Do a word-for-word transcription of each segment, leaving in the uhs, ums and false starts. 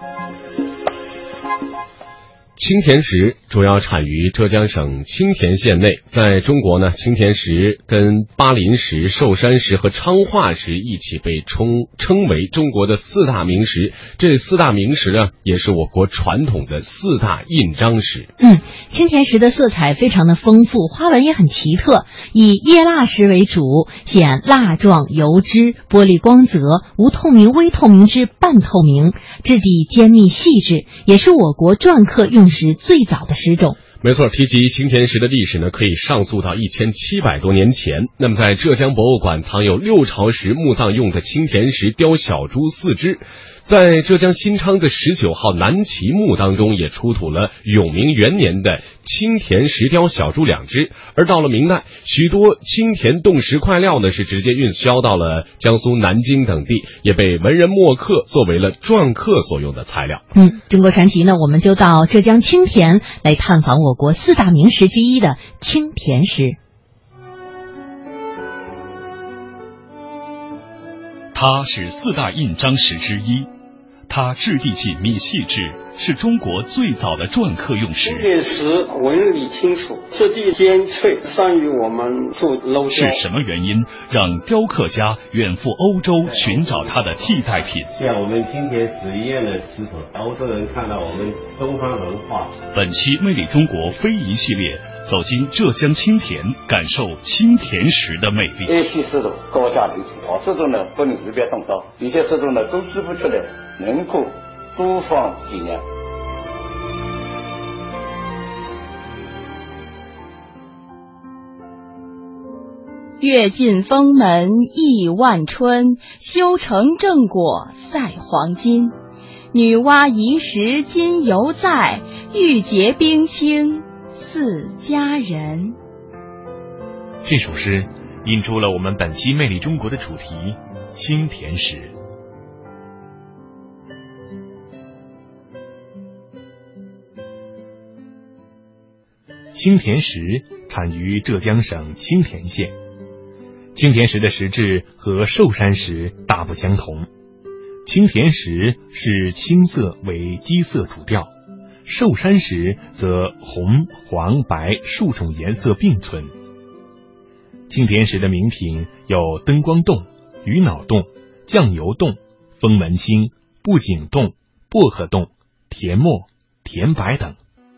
青田石主要产于浙江省青田县内，在中国呢，青田石跟巴林石、寿山石和昌化石一起被称称为中国的四大名石。这四大名石呢，也是我国传统的四大印章石。 嗯，青田石的色彩非常的丰富，花纹也很奇特，以叶蜡石为主，显蜡状、油脂、玻璃光泽，无透明、微透明至半透明，质地坚密细致，也是我国篆刻用石最早的石种。 没错，提及青田石的历史呢，可以上溯到一千七百多年前。那么在浙江博物馆藏有六朝时墓葬用的青田石雕小猪四只。在浙江新昌的十九号南齐墓当中，也出土了永明元年的青田石雕小猪两只。而到了明代，许多青田冻石块料呢是直接运销到了江苏南京等地，也被文人墨客作为了篆刻所用的材料。 嗯，中国传奇呢，我们就到浙江青田来探访我国四大名石之一的青田石。 它是四大印章石之一，它质地紧密细致，是中国最早的篆刻用石。 青田石纹理清楚，质地尖脆，善于我们做镂雕。 是什么原因让雕刻家远赴欧洲寻找它的替代品？ 像我们青田石一样的石头，欧洲人看到我们东方文化。 本期魅力中国非遗系列，走进浙江青田，感受青田石的魅力。 A 系石头高价流行，好石头呢不能随便动刀，有些石头呢都织不出来，能够多放几年。 阅尽封门亿万春，修成正果赛黄金。女娲遗石今犹在，玉洁冰清似佳人。 这首诗引出了我们本期魅力中国的主题青田石。青田石产于浙江省青田县。青田石的石质和寿山石大不相同，青田石是青色为基色主调，寿山石则红、黄、白数种颜色并存。青田石的名品有灯光洞、鱼脑洞、酱油洞、风门星、布景洞、薄荷洞、甜墨、甜白等。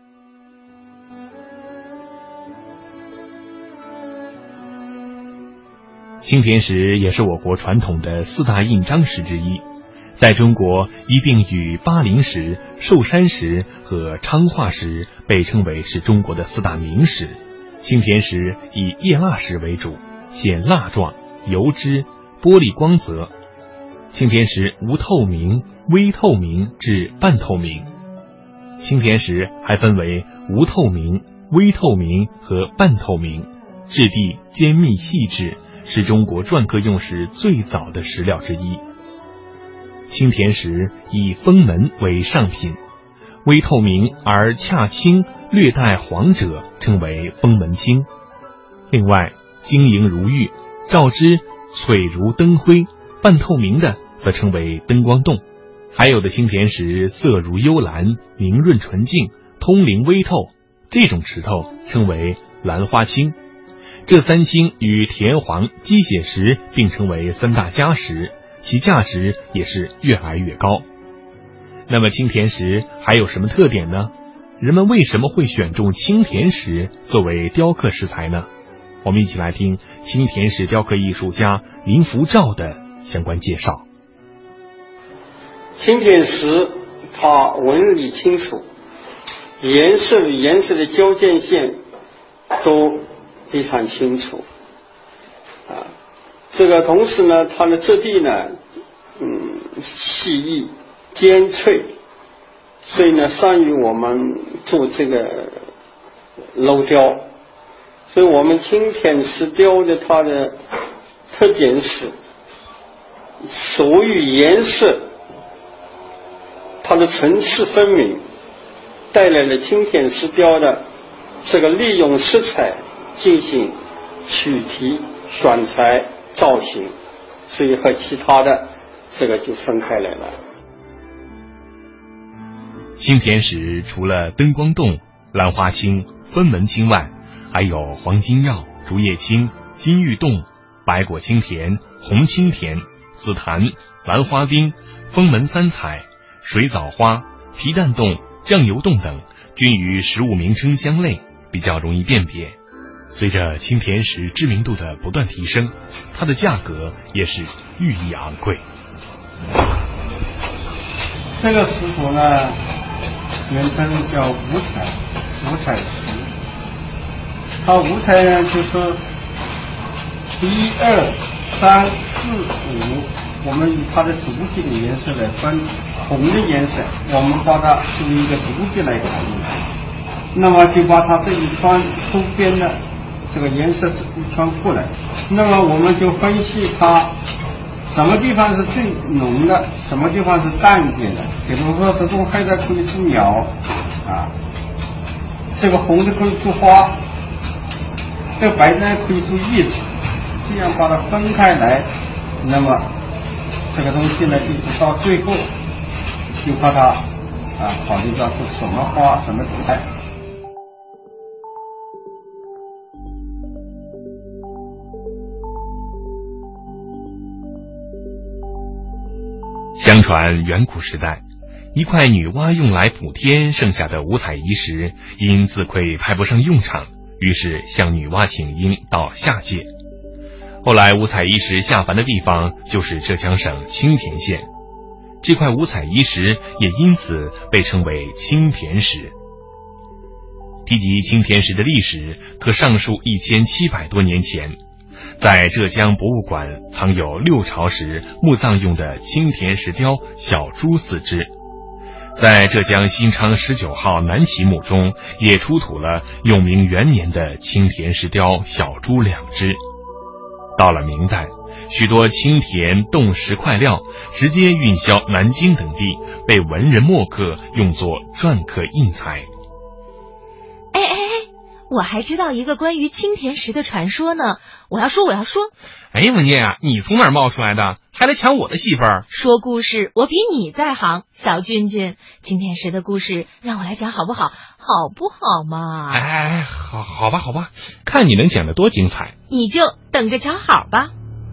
青田石也是我国传统的四大印章石之一，在中国一并与巴陵石、寿山石和昌化石被称为是中国的四大名石。青田石以叶蜡石为主，显蜡状、油脂、玻璃光泽。青田石无透明、微透明至半透明。青田石还分为无透明、微透明和半透明，质地坚密细致，是中国篆刻用石最早的石料之一。青田石以封门为上品，微透明而恰青略带黄者称为封门青。另外晶莹如玉，照之璀如灯辉，半透明的则称为灯光洞。还有的青田石色如幽蓝，明润纯净，通灵微透，这种石头称为兰花青。这三星与田黄、鸡血石并称为三大家石，其价值也是越来越高。那么青田石还有什么特点呢？人们为什么会选中青田石作为雕刻石材呢？我们一起来听青田石雕刻艺术家林福照的相关介绍。 青田石它纹理清楚，颜色与颜色的交界线都非常清楚啊。这个同时呢，它的质地呢，嗯，细腻尖脆，所以呢，善于我们做这个镂雕。所以我们青田石雕的它的特点是，所有颜色它的层次分明，带来了青田石雕的这个利用色彩进行取题、选材、造型，所以和其他的这个就分开来了。 青田石除了灯光洞、兰花青、分门青外，还有黄金药、竹叶青、金玉洞、白果青田、红青田、紫檀、兰花丁、封门三彩、水藻花、皮蛋洞、酱油洞等，均与食物名称相类，比较容易辨别。随着青田石知名度的不断提升，它的价格也是愈益昂贵。 这个石头呢，原称叫五彩，五彩石。它五彩呢，就是一二三四五，我们以它的主体的颜色来分。红的颜色，我们把它作为一个主体来考虑，那么就把它这一圈周边的这个颜色一圈过来，那么我们就分析它什么地方是最浓的，什么地方是淡一点的。比如说这种黑的可以做鸟啊，这个红的可以做花，这个白的可以做叶子，这样把它分开来，那么这个东西呢，一直到最后就把它啊考虑到是什么花什么材。 相传远古时代，一块女娲用来补天剩下的五彩遗石，因自愧派不上用场，于是向女娲请缨到下界。后来五彩遗石下凡的地方就是浙江省青田县，这块五彩遗石也因此被称为青田石。提及青田石的历史，可上溯一千七百多年前。在浙江博物馆藏有六朝时墓葬用的青田石雕小猪四只，在浙江新昌十九号南齐墓中也出土了永明元年的青田石雕小猪两只。到了明代，许多青田冻石块料直接运销南京等地，被文人墨客用作篆刻印材。 哎哎哎，我还知道一个关于青田石的传说呢，我要说我要说。 哎，文艳啊，你从哪儿冒出来的？还来抢我的戏份？ 说故事我比你在行，小俊俊，青田石的故事让我来讲好不好？好不好嘛？ 哎，好好吧好吧，看你能讲得多精彩。 你就等着瞧好吧。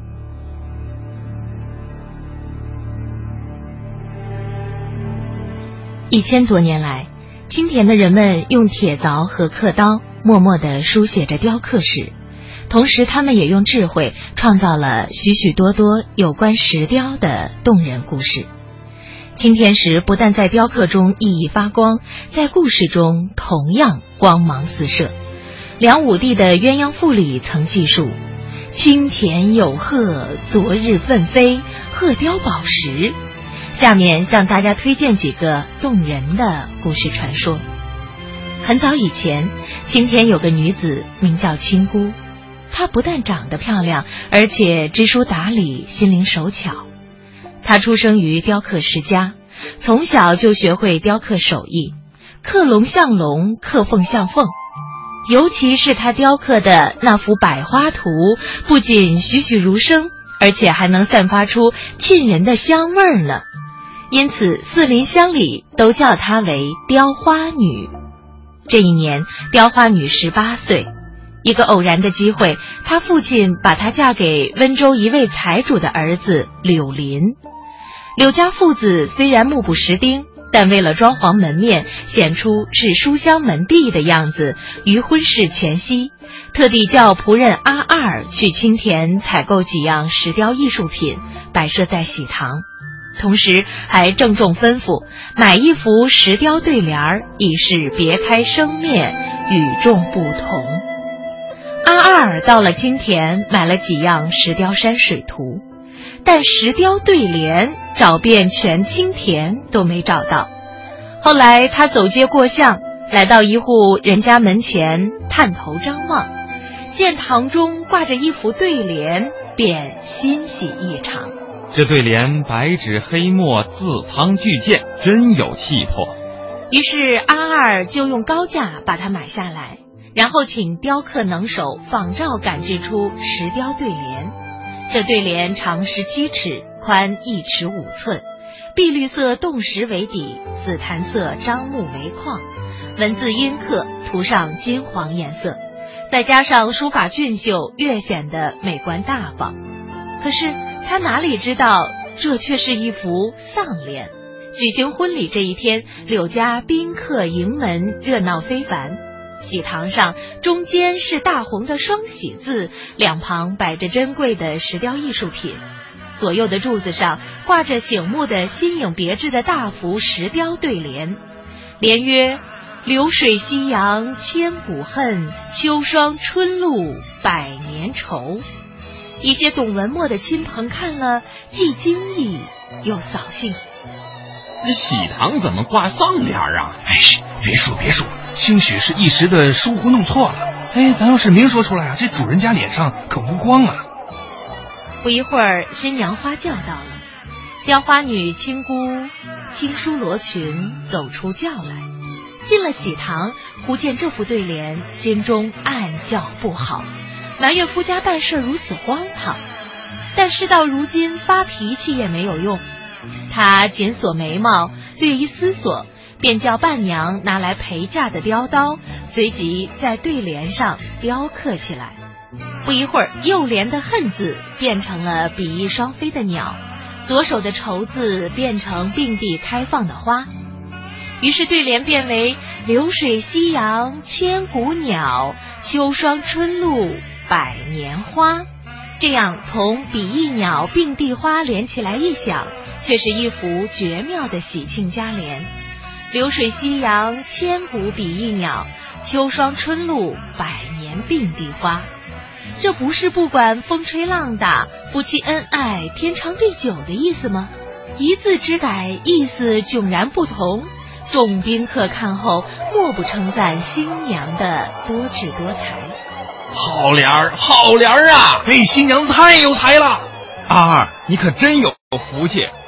一千多年来，青田的人们用铁凿和刻刀默默地书写着雕刻史，同时他们也用智慧创造了许许多多有关石雕的动人故事。青田石不但在雕刻中熠熠发光，在故事中同样光芒四射。梁武帝的鸳鸯赋里曾记述：青田有鹤，昨日奋飞，鹤雕宝石。下面向大家推荐几个动人的故事传说。很早以前，青田有个女子名叫青姑，她不但长得漂亮，而且知书达理，心灵手巧。她出生于雕刻世家，从小就学会雕刻手艺，刻龙像龙，刻凤像凤。尤其是她雕刻的那幅百花图，不仅栩栩如生，而且还能散发出沁人的香味儿呢。因此四邻乡里都叫她为雕花女。这一年，雕花女十八岁，一个偶然的机会，她父亲把她嫁给温州一位财主的儿子柳林。柳家父子虽然目不识丁，但为了装潢门面，显出是书香门第的样子，于婚事前夕，特地叫仆人阿二去青田采购几样石雕艺术品，摆设在喜堂。同时还郑重吩咐买一幅石雕对联儿，以示别开生面，与众不同。阿二到了青田，买了几样石雕山水图，但石雕对联找遍全青田都没找到。后来他走街过巷，来到一户人家门前，探头张望，见堂中挂着一幅对联，便欣喜异常。 这对联白纸黑墨，字藏巨鉴，真有气魄。 于是阿二就用高价把它买下来，然后请雕刻能手仿照赶制出石雕对联。这对联长十七尺，宽一尺五寸， 碧绿色冻石为底，紫檀色樟木为框，文字阴刻，涂上金黄颜色，再加上书法俊秀，越显得美观大方。可是他哪里知道，这却是一幅丧联。举行婚礼这一天，柳家宾客迎门，热闹非凡。喜堂上中间是大红的双喜字，两旁摆着珍贵的石雕艺术品，左右的柱子上挂着醒目的新颖别致的大幅石雕对联，联曰：流水夕阳千古恨，秋霜春露百年愁。一些懂文墨的亲朋看了，既惊异又扫兴。 这喜堂怎么挂丧联啊？ 哎，别说别说，兴许是一时的疏忽弄错了。哎，咱要是明说出来啊，这主人家脸上可无光啊。 不一会儿，新娘花轿到了，雕花女青姑轻梳罗裙走出轿来，进了喜堂，忽见这副对联，心中暗叫不好，埋怨夫家办事如此荒唐。但事到如今，发脾气也没有用。他紧锁眉毛，略一思索，便叫伴娘拿来陪嫁的雕刀，随即在对联上雕刻起来。不一会儿，右联的恨字变成了比翼双飞的鸟，左手的愁字变成并蒂开放的花。于是对联变为流水夕阳千古鸟，秋霜春露百年花。这样同比翼鸟并蒂花连起来一想，却是一幅绝妙的喜庆佳联。流水夕阳千古比翼鸟，秋霜春露百年并蒂花。这不是不管风吹浪打，夫妻恩爱天长地久的意思吗？一字之改，意思迥然不同。众宾客看后，莫不称赞新娘的多智多才。 好联儿，好联儿啊！ 哎，新娘子太有才了。 阿二，你可真有福气。